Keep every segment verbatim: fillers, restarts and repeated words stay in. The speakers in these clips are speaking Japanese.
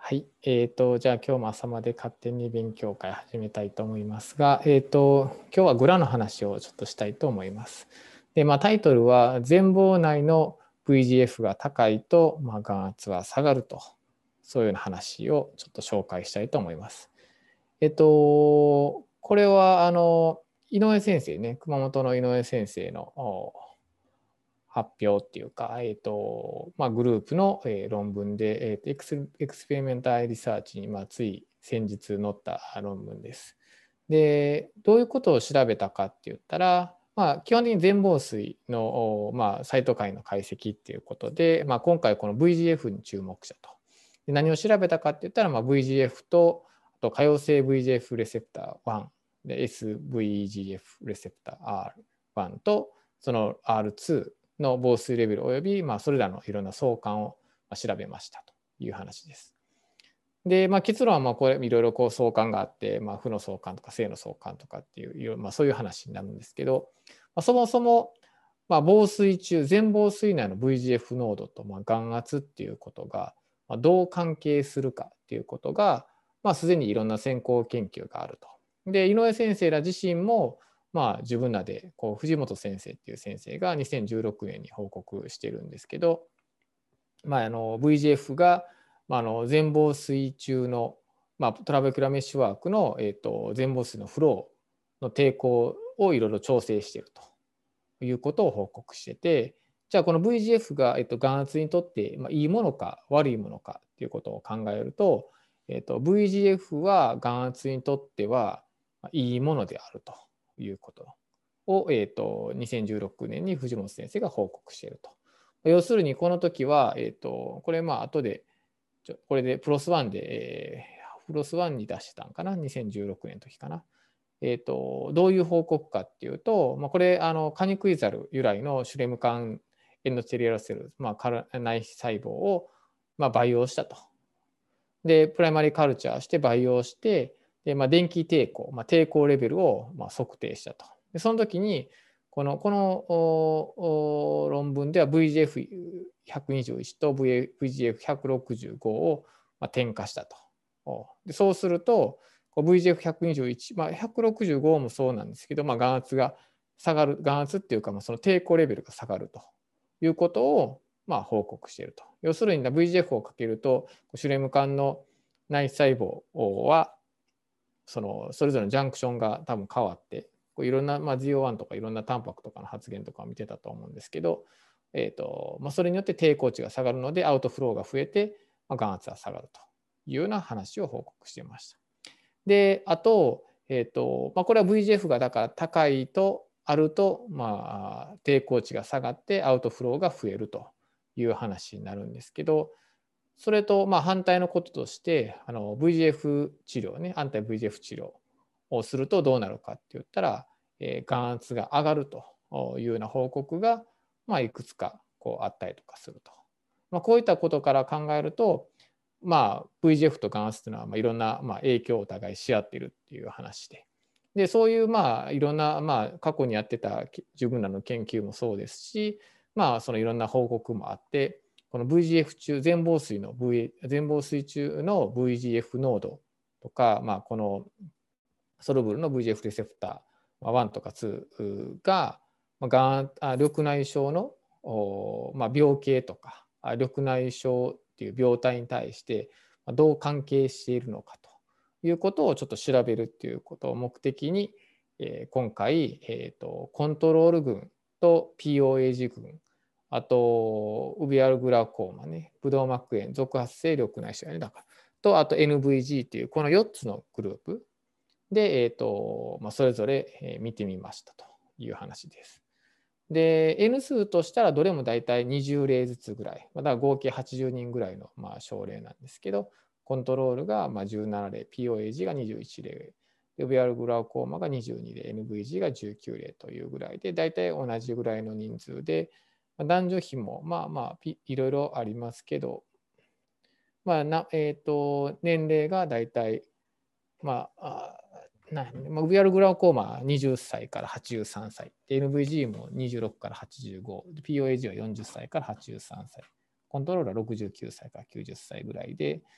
はい、えーと、じゃあ今日も朝まで勝手に勉強会始めたいと思いますが、えーと、今日はグラの話をちょっとしたいと思います。で、まあ、タイトルは全貌内の ブイジーエフ が高いと、まあ、眼圧は下がると、そういうような話をちょっと紹介したいと思います。えっと、これはあの井上先生ね、熊本の井上先生の発表っていうか、えーとまあ、グループの、えー、論文で、えーとエクス、エクスペリメンタルリサーチに、まあ、つい先日載った論文です。で、どういうことを調べたかって言ったら、まあ、基本的に全紡錘の、まあ、サイト界の解析っていうことで、まあ、今回この ブイジーエフ に注目したと。で何を調べたかって言ったら、まあ、ブイジーエフ と、あと可用性 ブイジーエフ レセプターいちで エスブイジーエフ レセプター アールワン とその アールツー の防水レベルおよび、まあ、それらのいろんな相関を調べましたという話です。で、まあ、結論はまあこれいろいろこう相関があって、まあ、負の相関とか正の相関とかっていう、まあ、そういう話になるんですけど、まあ、そもそもまあ防水中全防水内の ブイジーエフ 濃度とまあ眼圧っていうことがどう関係するかっていうことが、まあ、すでにいろんな先行研究があると。で井上先生ら自身もまあ自分らでこう藤本先生っていう先生がにせんじゅうろくねんに報告してるんですけど、まあ、あの ブイジーエフ が、まあ、あの全紡錘中の、まあ、トラベキュラメッシュワークの、えー、と全紡錘のフローの抵抗をいろいろ調整しているということを報告してて、じゃあこの ブイジーエフ が、えっと、眼圧にとって、まあ、いいものか悪いものかっていうことを考えると、えっと、ブイジーエフ は眼圧にとってはいいものであるということを、えっと、にせんじゅうろくねんに藤本先生が報告していると。要するにこの時は、えっと、これまあ後でこれでプロスワンで、えー、プロスワンに出してたんかな、にせんじゅうろくねんの時かな。えーと、どういう報告かっていうと、まあ、これあのカニクイザル由来のシュレム管エンドステリアルセル、まあ、内細胞を、まあ、培養したと。でプライマリカルチャーして培養してで、まあ、電気抵抗、まあ、抵抗レベルをまあ測定したと。でその時にこのこの論文では ブイジーエフひゃくにじゅういち と ブイジーエフひゃくろくじゅうご を添加したと。でそうすると ブイジーエフひゃくにじゅういち、まあ、ひゃくろくじゅうごもそうなんですけど、まあ、眼圧が下がる、眼圧っていうか、まあ、その抵抗レベルが下がるということを、まあ、報告していると。要するに ブイジーエフ をかけると、シュレム管の内細胞は、そのそれぞれのジャンクションが多分変わって、こういろんな、まあ、ゼーオーワン とかいろんなタンパクとかの発現とかを見てたと思うんですけど、えーとまあ、それによって抵抗値が下がるので、アウトフローが増えて、まあ、眼圧は下がるというような話を報告していました。で、あと、えっと、まあ、これは ブイジーエフ がだから高いとあると、まあ、抵抗値が下がってアウトフローが増えるという話になるんですけど、それとまあ反対のこととして、あの ブイジーエフ 治療ね、アンタイ ブイジーエフ 治療をするとどうなるかって言ったら、えー、眼圧が上がるというような報告が、まあ、いくつかこうあったりとかすると。まあ、こういったことから考えると、まあ、ブイジーエフ と眼圧というのはまあいろんなまあ影響をお互いし合っているっていう話で。でそういうまあいろんなまあ過去にやってた自分らの研究もそうですし、まあそのいろんな報告もあって、この ブイジーエフ 中全紡錘の、v、全紡錘中の ブイジーエフ 濃度とか、まあ、このソルブルの ブイジーエフ レセプターいちとかにが、がん緑内障の、まあ、病形とか緑内障っていう病態に対してどう関係しているのかということをちょっと調べるっていうことを目的に、えー、今回、えーと、コントロール群と ピーオーエージー 群、あとウビアルグラコーマね、ブドウ膜炎続発性緑内障ね、だからとあと エヌブイジー っていうこのよっつのグループで、えーとまあ、それぞれ見てみましたという話です。で N 数としたらどれもだいたいにじゅう例ずつぐらい、だから合計はちじゅうにんぐらいのまあ症例なんですけど、コントロールがまあじゅうなな例、ピーオーエージー がにじゅういち例、ウビアルグラコーマがにじゅうに例、エヌブイジー がじゅうきゅう例というぐらいで、だいたい同じぐらいの人数で、男女比もまあまあいろいろありますけど、まあなえー、と年齢がだいたいまあなまあ、ウビアルグラコーマははたちからはちじゅうさんさい、エヌブイジー もにじゅうろくからはちじゅうご、ピーオーエージー はよんじゅっさいからはちじゅうさんさい、コントロールはろくじゅうきゅうさいからきゅうじゅっさいぐらいで、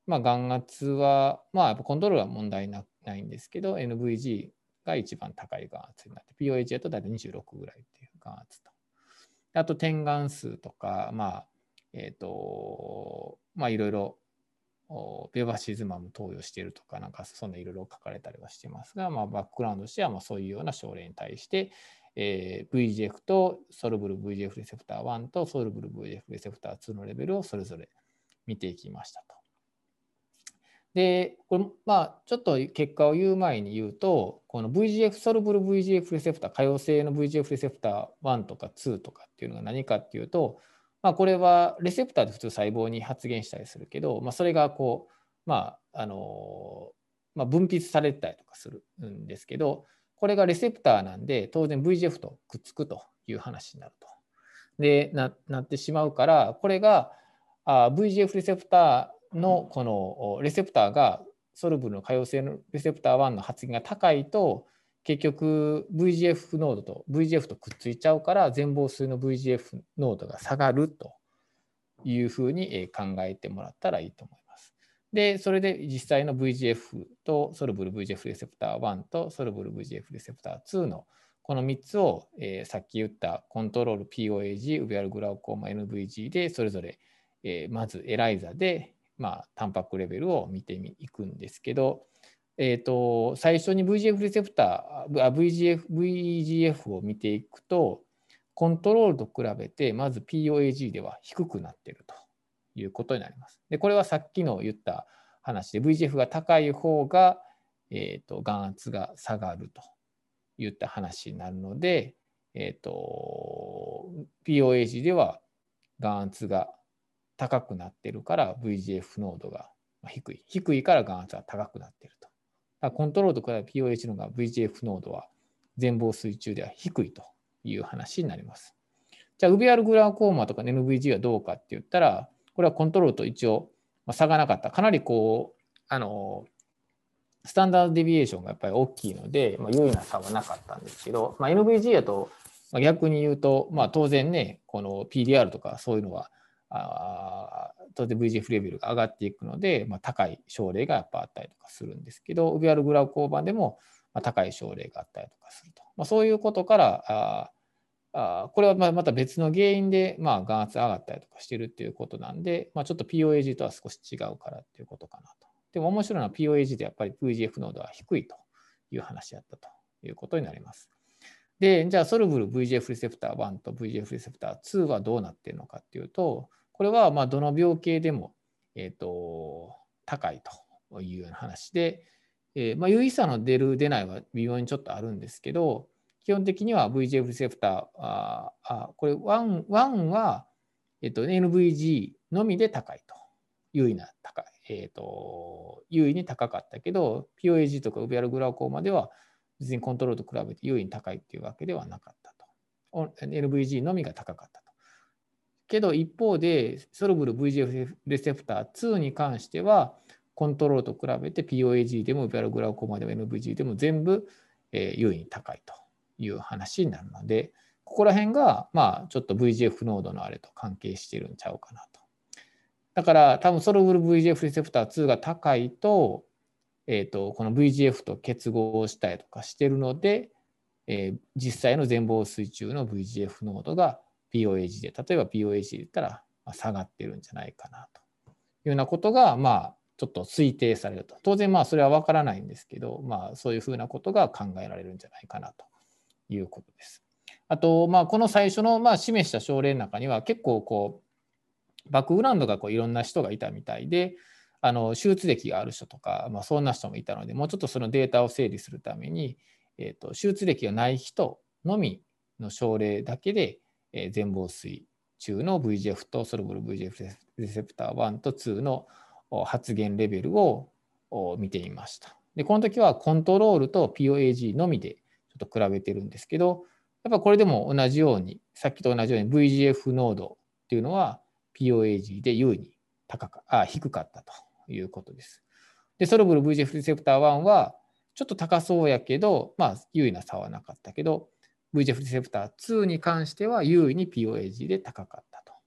まあ、眼圧は、まあ、やっぱコントロールは問題なないんですけど、エヌブイジー が一番高い眼圧になって、ピーオーエイチ だと大体にじゅうろくぐらいっていう眼圧と。あと、点眼数とか、まあ、えっ、ー、と、まあ、いろいろ、ベバシズマム投与しているとか、なんかそんないろいろ書かれたりはしてますが、まあ、バックグラウンドとしては、まあそういうような症例に対して、えー、ブイジーエフ とソルブル ブイジーエフ レセプターワンとソルブル ブイジーエフ レセプターツーのレベルをそれぞれ見ていきましたと。で、これ、まあ、ちょっと結果を言う前に言うと、この ブイジーエフ、ソルブル ブイジーエフ レセプター、可用性の ブイジーエフ レセプターワンとかツーとかっていうのが何かっていうと、まあ、これはレセプターで普通細胞に発現したりするけど、まあ、それがこう、まあ、あの、まあ、分泌されたりとかするんですけど、これがレセプターなんで、当然 ブイジーエフ とくっつくという話になると。で、な、なってしまうから、これがあ ブイジーエフ レセプターのこのレセプターがソルブルの可用性のレセプターワンの発現が高いと、結局 ブイジーエフ ノードと ブイジーエフ とくっついちゃうから、全房数の ブイジーエフ ノードが下がるというふうに考えてもらったらいいと思います。で、それで実際の ブイジーエフ とソルブル ブイジーエフ レセプターワンとソルブル ブイジーエフ レセプターツーのこのみっつを、えー、さっき言ったコントロール ピーオーエージー、ウビアルグラウコーマ エヌブイジー でそれぞれ、えー、まずエライザで、まあ、タンパクレベルを見ていくんですけど、えー、と最初に ブイジーエフ レセプター、ブイジーエフ、ブイジーエフ を見ていくと、コントロールと比べてまず ピーオーエージー では低くなっているということになります。で、これはさっきの言った話で ブイジーエフ が高い方が、えー、と眼圧が下がるといった話になるので、えー、と ピーオーエージー では眼圧が高くなっているから ブイジーエフ 濃度が低い。低いから眼圧が高くなっていると。だからコントロールと比べて ピーオーエージー の方が ブイジーエフ 濃度は全房水中では低いという話になります。じゃあ、ウビアルグラウコーマとか エヌブイジー はどうかって言ったら、これはコントロールと一応差がなかった。かなりこう、あの、スタンダードデビエーションがやっぱり大きいので、まあ、有意な差はなかったんですけど、まあ、エヌブイジー だと、まあ、逆に言うと、まあ、当然ね、この ピーディーアール とかそういうのは、あ当然 ブイジーエフ レベルが上がっていくので、まあ、高い症例がやっぱあったりとかするんですけど、ウビアルグラウコーマでも高い症例があったりとかすると。まあ、そういうことから、ああこれはまた別の原因で、まあ、眼圧上がったりとかしてるっていうことなんで、まあ、ちょっと ピーオーエージー とは少し違うからっていうことかなと。でも面白いのは ピーオーエージー でやっぱり ブイジーエフ 濃度は低いという話だったということになります。で、じゃあソルブル ブイジーエフ レセプターワンと ブイジーエフ レセプターツーはどうなっているのかっていうと、これはまあどの病形でも、えー、と高いというような話で、えーまあ、有意差の出る出ないは微妙にちょっとあるんですけど、基本的には ブイジーエフ レセプター、ああこれいち、いちは、えっと、エヌブイジー のみで高いと。優位な高い。えっと、優位に高かったけど、ピーオーエージー とかウビアルグラウコーマでは別にコントロールと比べて優位に高いっていうわけではなかったと。エヌブイジー のみが高かったと。けど一方で、ソルブル ブイジーエフ レセプターツーに関しては、コントロールと比べて ピーオーエージー でもウビアルグラウコーマでも エヌブイジー でも全部優位に高いという話になるので、ここら辺が、まあ、ちょっと ブイジーエフ 濃度のあれと関係してるんちゃうかなと。だから、多分ソルブル ブイジーエフ レセプターツーが高いと、えっと、この ブイジーエフ と結合したりとかしてるので、えー、実際の全房水中の ブイジーエフ 濃度が ピーオーエージー で、例えば ピーオーエージー で言ったら下がってるんじゃないかなというようなことが、まあ、ちょっと推定されると。当然、まあ、それは分からないんですけど、まあ、そういうふうなことが考えられるんじゃないかなということです。あと、まあ、この最初の、まあ、示した症例の中には、結構こう、バックグラウンドがこういろんな人がいたみたいで、あの手術歴がある人とか、まあ、そんな人もいたので、もうちょっとそのデータを整理するために、えー、と手術歴がない人のみの症例だけで、えー、全房水中の ブイジーエフ とソルブル ブイジーエフ レセプターワンとツーの発現レベルを見てみました。で、この時はコントロールと ピーオーエージー のみでちょっと比べてるんですけど、やっぱこれでも同じように、さっきと同じように ブイジーエフ 濃度っていうのは ピーオーエージー で優位に高かあ低かったということです。で、ソルブル ブイジーエフ レセプターワンはちょっと高そうやけど、まあ優位な差はなかったけど、ブイジーエフ レセプターツーに関しては優位に ピーオーエージー で高かったと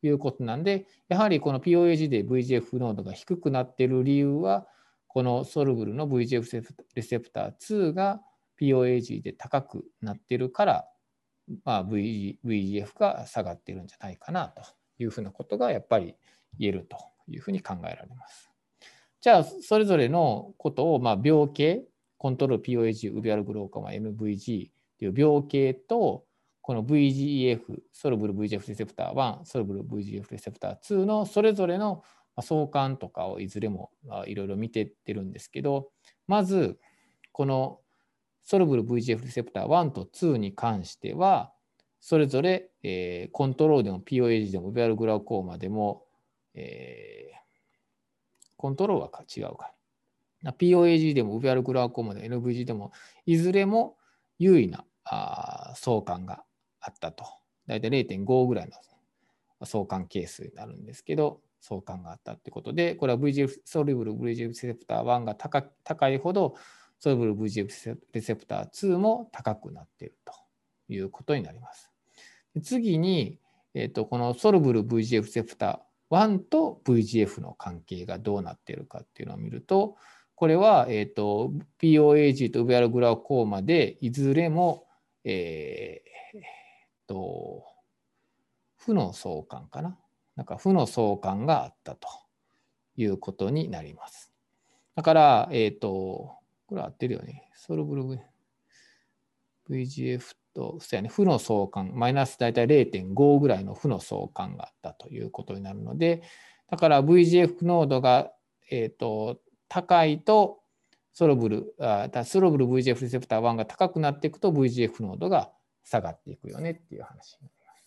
いうことなんで、やはりこの ピーオーエージー で ブイジーエフ 濃度が低くなっている理由は、このソルブルの ブイジーエフ レセプターツーが ピーオーエージー で高くなっているから、まあ、ブイジーエフ が下がっているんじゃないかなというふうなことがやっぱり言えるというふうに考えられます。じゃあ、それぞれのことを、まあ、病形、コントロール ピーオーエージー、ウベアルグローカマ エヌブイジー という病形と、この ブイジーエフ、ソルブル ブイジーエフ レセプターワン、ソルブル ブイジーエフ レセプターツーのそれぞれの相関とかをいずれもいろいろ見てってるんですけど、まず、このソルブル ブイジーエフ レセプターワンとツーに関しては、それぞれ、えー、コントロールでも ピーオーエージー でもウベアルグラコーマでも、えー、コントロールは違うか。ピーオーエージー でもウベアルグラコーマで エヌブイジー でも、いずれも優位なあ相関があったと。だいたい れいてんご ぐらいの相関係数になるんですけど、相関があったということで、これは ブイジーエフ、ソルブル ブイジーエフ レセプターワンが 高, 高いほど、ソルブル ブイジーエフ レセプターツーも高くなっているということになります。次に、えー、とこのソルブル ブイジーエフ レセプターワンと ブイジーエフ の関係がどうなっているかっていうのを見ると、これは、えー、と ピーオーエージー とウベアルグラコーマでいずれも、えー、と負の相関かな。なんか負の相関があったということになります。だから、えっ、ー、と、これ合ってるよね。ソルブル ブイジーエフ と、そうやね、負の相関、マイナス大体 れいてんご ぐらいの負の相関があったということになるので、だから ブイジーエフ 濃度が、えー、と高いと、ソルブル、あソルブル ブイジーエフ レセプターワンが高くなっていくと ブイジーエフ 濃度が下がっていくよねっていう話になります。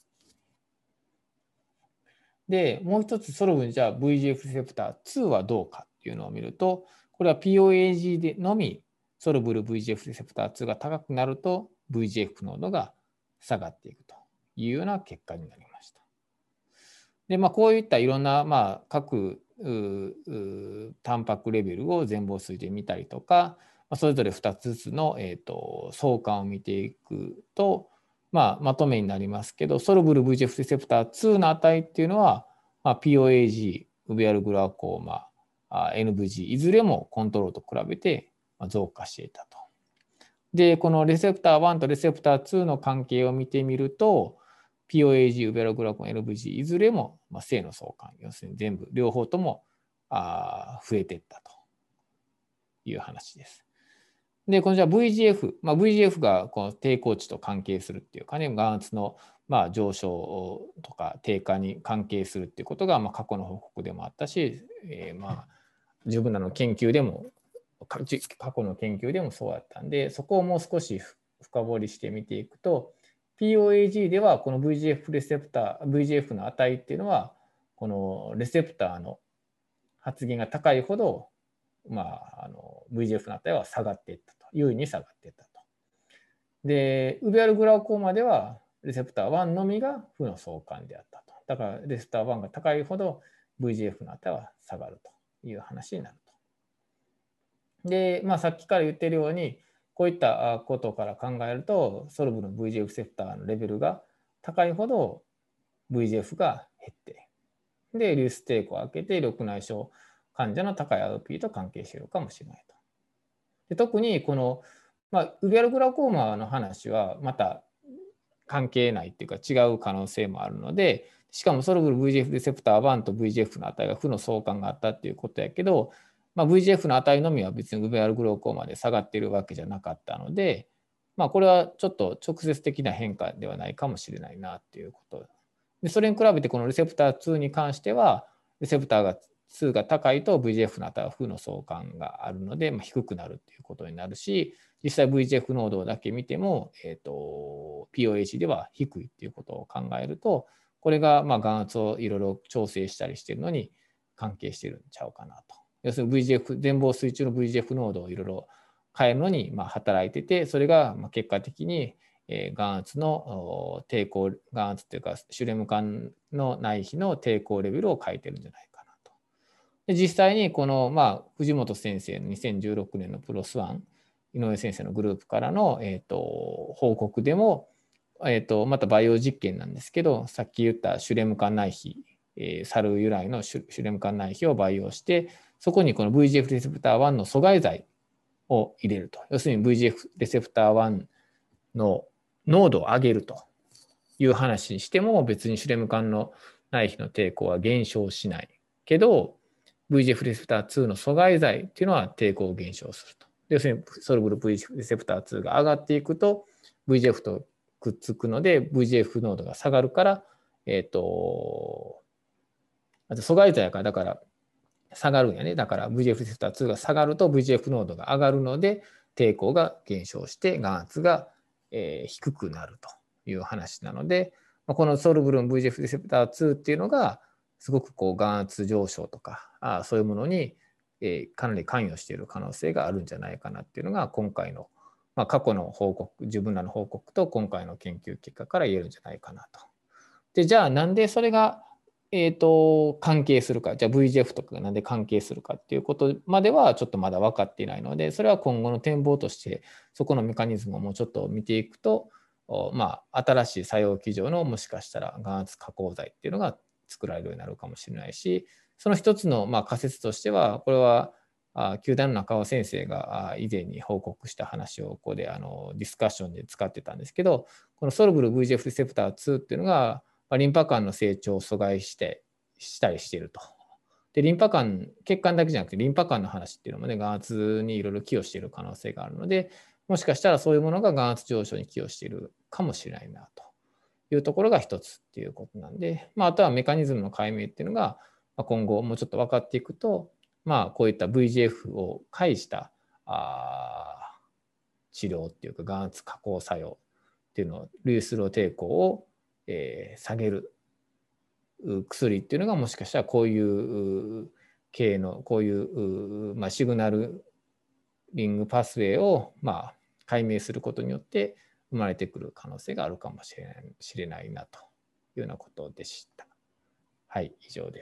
で、もう一つソルブルじゃあ ブイジーエフ レセプターツーはどうかっていうのを見ると、これは ピーオーエージー でのみソルブル ブイジーエフ レセプターツーが高くなると ブイジーエフ 濃度が下がっていくというような結果になりました。で、まあ、こういったいろんな、まあ、各タンパクレベルを全貌数で見たりとか、それぞれふたつずつの、えー、と相関を見ていくと、まあ、まとめになりますけど、ソルブル ブイジーエフ レセプターツーの値っていうのは、まあ、ピーオーエージー、ウベアルグラコーマ、エヌブイジー、いずれもコントロールと比べて増加していたと。で、このレセプターワンとレセプターツーの関係を見てみると、ピーオーエージー、ウベアルグラコーマ、エヌブイジー、いずれも正の相関、要するに全部、両方とも増えていったという話です。で、このじゃあ ブイジーエフ、まあ、ブイジーエフ がこの抵抗値と関係するっていうかね、眼圧のまあ上昇とか低下に関係するっていうことがまあ過去の報告でもあったし、えー、まあ十分なの研究でも、過去の研究でもそうだったんで、そこをもう少し深掘りして見ていくと、ピーオーエージー ではこの ブイジーエフ レセプター、ブイジーエフ の値っていうのは、このレセプターの発現が高いほど、まあ、あの ブイジーエフ の値は下がっていったと、優位に下がっていったと。で、ウベアルグラコーマでは、レセプターワンのみが負の相関であったと。だから、レセプターワンが高いほど ブイジーエフ の値は下がるという話になると。で、まあ、さっきから言っているように、こういったことから考えると、ソルブの ブイジーエフ レセプターのレベルが高いほど ブイジーエフ が減って、で、粒子抵抗を開けて、緑内障患者の高い アールピー と関係しているかもしれないと。で、特にこの、まあ、ウベアルグラコーマの話はまた関係ないっていうか違う可能性もあるので、しかもソルブル ブイジーエフ レセプターワンと ブイジーエフ の値が負の相関があったっていうことやけど、まあ、ブイジーエフ の値のみは別にウベアルグラコーマで下がっているわけじゃなかったので、まあ、これはちょっと直接的な変化ではないかもしれないなっていうことで、それに比べてこのレセプターツーに関しては、レセプターが数が高いと ブイジーエフ の値は負の相関があるので、まあ、低くなるっていうことになるし、実際 ブイジーエフ 濃度だけ見ても、えーと、ピーオーエージー では低いっていうことを考えると、これがまあ眼圧をいろいろ調整したりしているのに関係しているんちゃうかなと。要するに ブイジーエフ、全貌水中の ブイジーエフ 濃度をいろいろ変えるのにまあ働いてて、それがまあ結果的に眼圧の抵抗、眼圧というかシュレム管の内皮の抵抗レベルを変えてるんじゃないかなと。で実際にこの、まあ、藤本先生のにせんじゅうろくねんのプロスワン、井上先生のグループからの、えーと、報告でも、 えー、とまたバイオ実験なんですけど、さっき言ったシュレム管内皮、えー、猿由来のシュシュレム管内皮を培養して、そこにこの ブイジーエフ レセプターワンの阻害剤を入れると。要するに ブイジーエフ レセプターワンの濃度を上げるという話にしても、別にシュレム管の内皮の抵抗は減少しないけど、ブイジーエフ レセプターツーの阻害剤っていうのは抵抗を減少すると。要するにソルブル ブイジーエフ レセプターツーが上がっていくと ブイジーエフ とくっつくので ブイジーエフ 濃度が下がるから、えっ、ー、と、あと阻害剤やからだから下がるんやね。だから ブイジーエフ レセプターツーが下がると ブイジーエフ 濃度が上がるので抵抗が減少して眼圧が、えー、低くなるという話なので、このソルブルン ブイジーエフ レセプターツーっていうのがすごくこう眼圧上昇とかあそういうものに、えー、かなり関与している可能性があるんじゃないかなっていうのが今回の、まあ、過去の報告、自分らの報告と今回の研究結果から言えるんじゃないかなと。で、じゃあなんでそれが、えー、と関係するか、じゃあ ブイジーエフ とかがなんで関係するかっていうことまではちょっとまだ分かっていないので、それは今後の展望としてそこのメカニズムをもうちょっと見ていくと、まあ、新しい作用基準のもしかしたら眼圧加工剤っていうのが作られるようになるかもしれないし、その一つのまあ仮説としては、これは球団の中尾先生が以前に報告した話をここであのディスカッションで使ってたんですけど、このソルブル ブイジーエフ レセプターツーっていうのがリンパ管の成長を阻害してしたりしていると。で、リンパ管、血管だけじゃなくてリンパ管の話っていうのもね、眼圧にいろいろ寄与している可能性があるので、もしかしたらそういうものが眼圧上昇に寄与しているかもしれないなというところが一つっていうことなんで、まあ、あとはメカニズムの解明っていうのが今後もうちょっと分かっていくと、まあ、こういった ブイジーエフ を介したあ治療っていうか眼圧加工作用っていうのをルイスロー抵抗を、えー、下げる薬っていうのがもしかしたらこういう系のこういう、まあ、シグナルリングパスウェイを、まあ、解明することによって生まれてくる可能性があるかもしれない、しれないなというようなことでした。はい、以上です。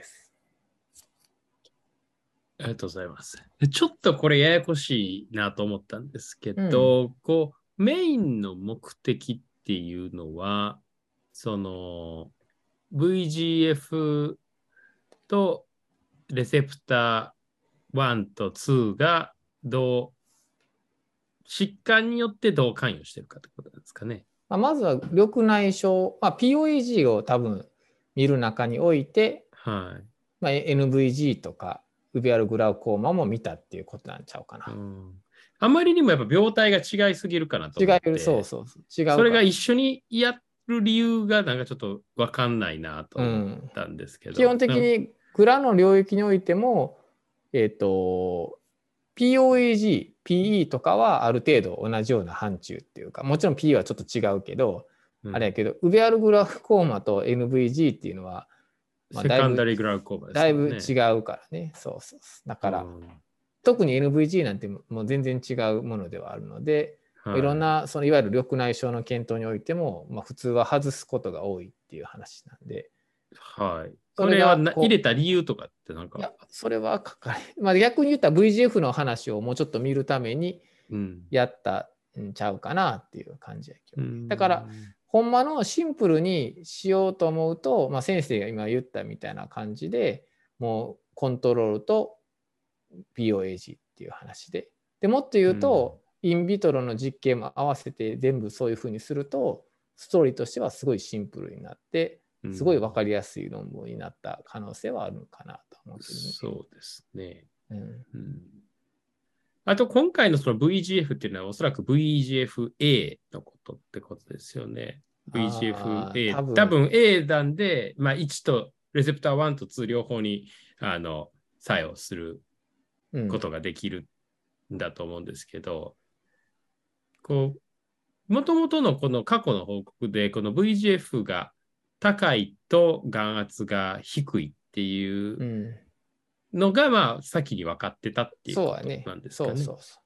ありがとうございます。ちょっとこれややこしいなと思ったんですけど、うん、こうメインの目的っていうのは、その ブイジーエフ とレセプターワンとツーがどう、疾患によってどう関与してるかってことなんですかね。 まずは緑内障、まあ、ピーオーエージー を多分見る中において、 はいまあ、エヌブイジー とかウビアルグラウコーマも見たっていうことなんちゃうかな。 うん、あまりにもやっぱ病態が違いすぎるかなと思って。 違う、そうそうそう。違うから。 それが一緒にやる理由がなんかちょっと分かんないなと思ったんですけど。 うん、基本的にグラの領域においても、えっ、ー、と、ピーオーエージー、ピーイー とかはある程度同じような範疇っていうか、もちろん ピーイー はちょっと違うけど、うん、あれやけど、ウベアルグラフコーマと エヌブイジー っていうのは、 まあ、だいぶセカンダリーグラフコーマですね、だいぶ違うからね。そうそうそう。だから、うん、特に エヌブイジー なんてもう全然違うものではあるので、はい、いろんなそのいわゆる緑内障の検討においても、まあ、普通は外すことが多いっていう話なんで。 はい。これは入れた理由とかってなんか。 いや、それは書かれ、まあ、逆に言ったら ブイジーエフ の話をもうちょっと見るためにやったんちゃうかなっていう感じやけど、ね、うん、だから、ほんまのシンプルにしようと思うと、まあ、先生が今言ったみたいな感じでもうコントロールと ピーオーエージー っていう話で。でもっと言うと、うん、インビトロの実験も合わせて全部そういうふうにすると、ストーリーとしてはすごいシンプルになって、すごい分かりやすい論文になった可能性はあるのかなと思ってる、ね、 そうですね。 うんうん、あと今回のその ブイジーエフ っていうのはおそらく ブイジーエフエー のことってことですよね。ブイジーエフエー。多分、多分 A なんで、まあ、いちとレセプターワンとツー両方にあの作用することができるんだと思うんですけど、うん、こう、もともとのこの過去の報告で、この ブイジーエフ が高いと眼圧が低いっていうのが、まあ、先に分かってたっていうことなんですかね。 そうね。そうそうそう。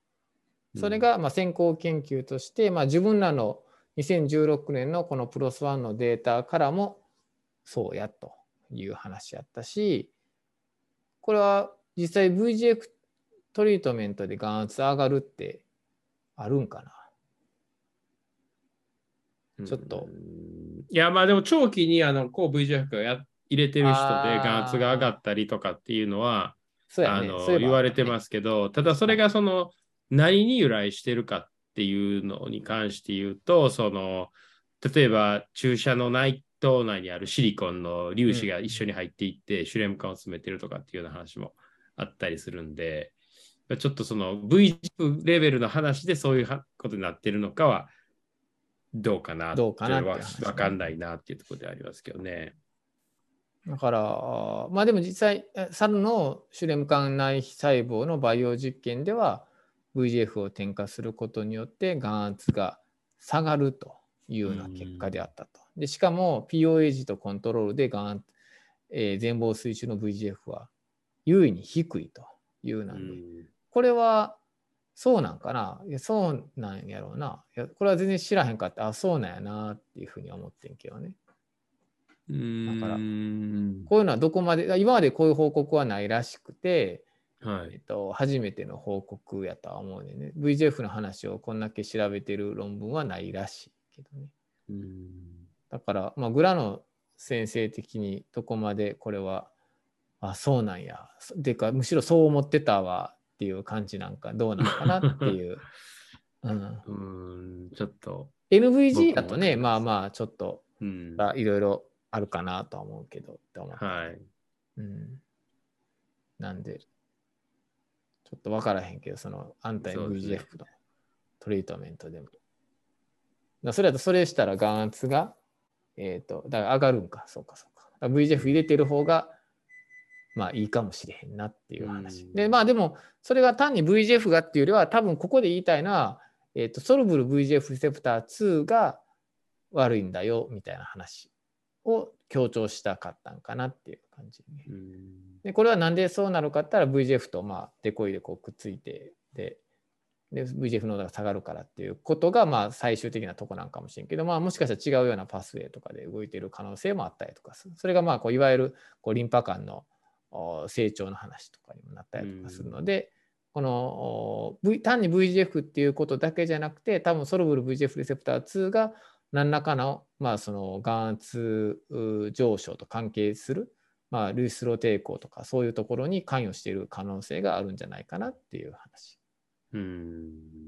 それがまあ先行研究として、まあ、自分らのにせんじゅうろくねんのこのプロスワンのデータからもそうやという話やったし、これは実際 ブイジーエフ トリートメントで眼圧上がるってあるんかな。 ちょっと。 いや、まあでも長期にあの抗 ブイジーエフ がや入れてる人で眼圧が上がったりとかっていうのは、 そうやね、 あのそういえば言われてますけど、ただそれがその何に由来してるかっていうのに関して言うと、その例えば注射の内頭内にあるシリコンの粒子が一緒に入っていって、シュレム感を詰めてるとかっていうような話もあったりするんで、ちょっとその ブイジーエフ レベルの話でそういうことになってるのかはどうかな、 どうかなっていうわ話、ね、 かんないなっていうところでありますけどね。 だから、まあでも実際、猿のシュレム管内細胞の培養実験では ブイジーエフ を添加することによって眼圧が下がるというような結果であったと。でしかも ピーオーエー 値とコントロールで眼圧、えー、全貌水中の ブイジーエフ は優位に低いというなんで、これはそうなんかな、いやそうなんやろうな、いやこれは全然知らへんかった、あそうなんやなっていうふうに思ってんけどね。だから、こういうのはどこまで、今までこういう報告はないらしくて、 はいえっと、初めての報告やとは思うね。ブイジーエフ の話をこんだけ調べてる論文はないらしいけどね。 うんだから、まあ、グラノ先生的にどこまでこれは、あ、そうなんや。てか、むしろそう思ってたわっていう感じなんか、どうなのかなっていう。うん、 うんちょっと。 エヌブイジー だとね、まあまあ、ちょっと、 うん、 いろいろあるかなとは思うけど、って思った、 はい。 うん。なんで、ちょっと分からへんけど、そのアンタイ ブイジーエフ のトリートメントでも。だそれだと、それしたら眼圧が、えっ、ー、と、だから上がるんか、そうかそうか。か ブイジーエフ 入れてる方が、まあいいかもしれへんなっていう話。で、まあでも、それが単に ブイジーエフ がっていうよりは、多分ここで言いたいのは、えっ、ー、と、ソルブル ブイジーエフ レセプターツーが悪いんだよ、みたいな話を強調したかったんかなっていう感じ、ね。で、これはなんでそうなるかって言ったら ブイジーエフ とまあデコイでこうくっついて、で、で ブイジーエフ 濃度が下がるからっていうことがまあ最終的なとこなんかもしれんけど、まあ、もしかしたら違うようなパスウェイとかで動いている可能性もあったりとかする。それがまあこういわゆるこうリンパ管の成長の話とかにもなったりとかするので、この、v、単に ブイジーエフ っていうことだけじゃなくて、多分ソルブル ブイジーエフ レセプターツーが何らかの、まあ、その眼圧上昇と関係する、まあ、ルイスロー抵抗とかそういうところに関与している可能性があるんじゃないかなっていう話。 うん、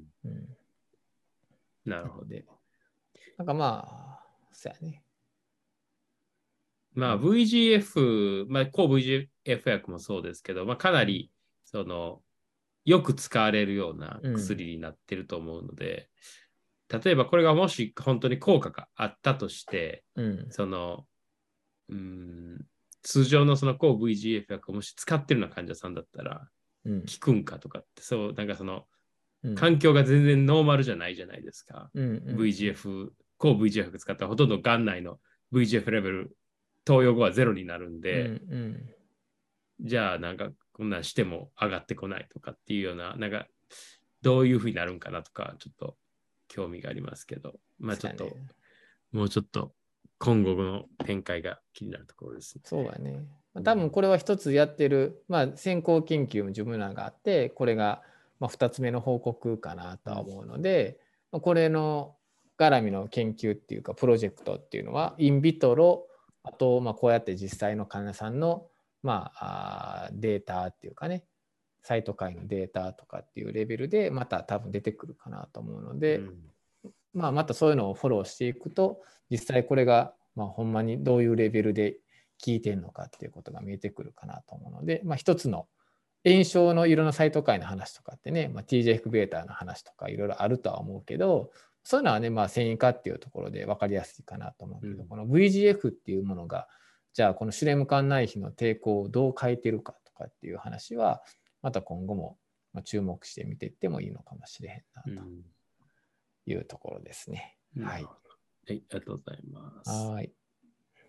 うん、なるほど。 なんかまあ、そうやね。 まあ ブイジーエフ、まあ抗 ブイジーエフ 薬もそうですけど、まあかなりそのよく使われるような薬になってると思うので、うん、例えばこれがもし本当に効果があったとして、 うん、 そのうん通常のその抗 ブイジーエフ 薬をもし使ってるような患者さんだったら、効くんかとかって、そう、なんかその、うん、環境が全然ノーマルじゃないじゃないですか。うんうん、ブイジーエフ、抗 ブイジーエフ 使ったらほとんど癌内の ブイジーエフ レベル、投与後はゼロになるんで、うんうん、じゃあなんかこんなんしても上がってこないとかっていうような、なんかどういうふうになるんかなとか、ちょっと興味がありますけど、まあちょっと、ね、もうちょっと今後の展開が気になるところですね。 そうだね。多分これは一つやってる、まあ、先行研究も自分らがあって、これがまあふたつめの報告かなとは思うので、うん、これの絡みの研究っていうかプロジェクトっていうのはインビトロ、あとまあこうやって実際の患者さんのまあデータっていうかね、サイトカインのデータとかっていうレベルでまた多分出てくるかなと思うので、うん、まあまたそういうのをフォローしていくと、実際これがまあほんまにどういうレベルで効いてるのかっていうことが見えてくるかなと思うので、まあ、一つの炎症の色のサイトカインの話とかってね、まあ、ティージェーエフ ベータの話とかいろいろあるとは思うけど、そういうのはね、まあ、繊維化っていうところで分かりやすいかなと思うけど、うん、この ブイジーエフ っていうものが、じゃあこのシュレム管内皮の抵抗をどう変えてるかとかっていう話は、また今後も注目して見ていってもいいのかもしれへんなというところですね。 うん、 はい。 はい、ありがとうございます。 はい。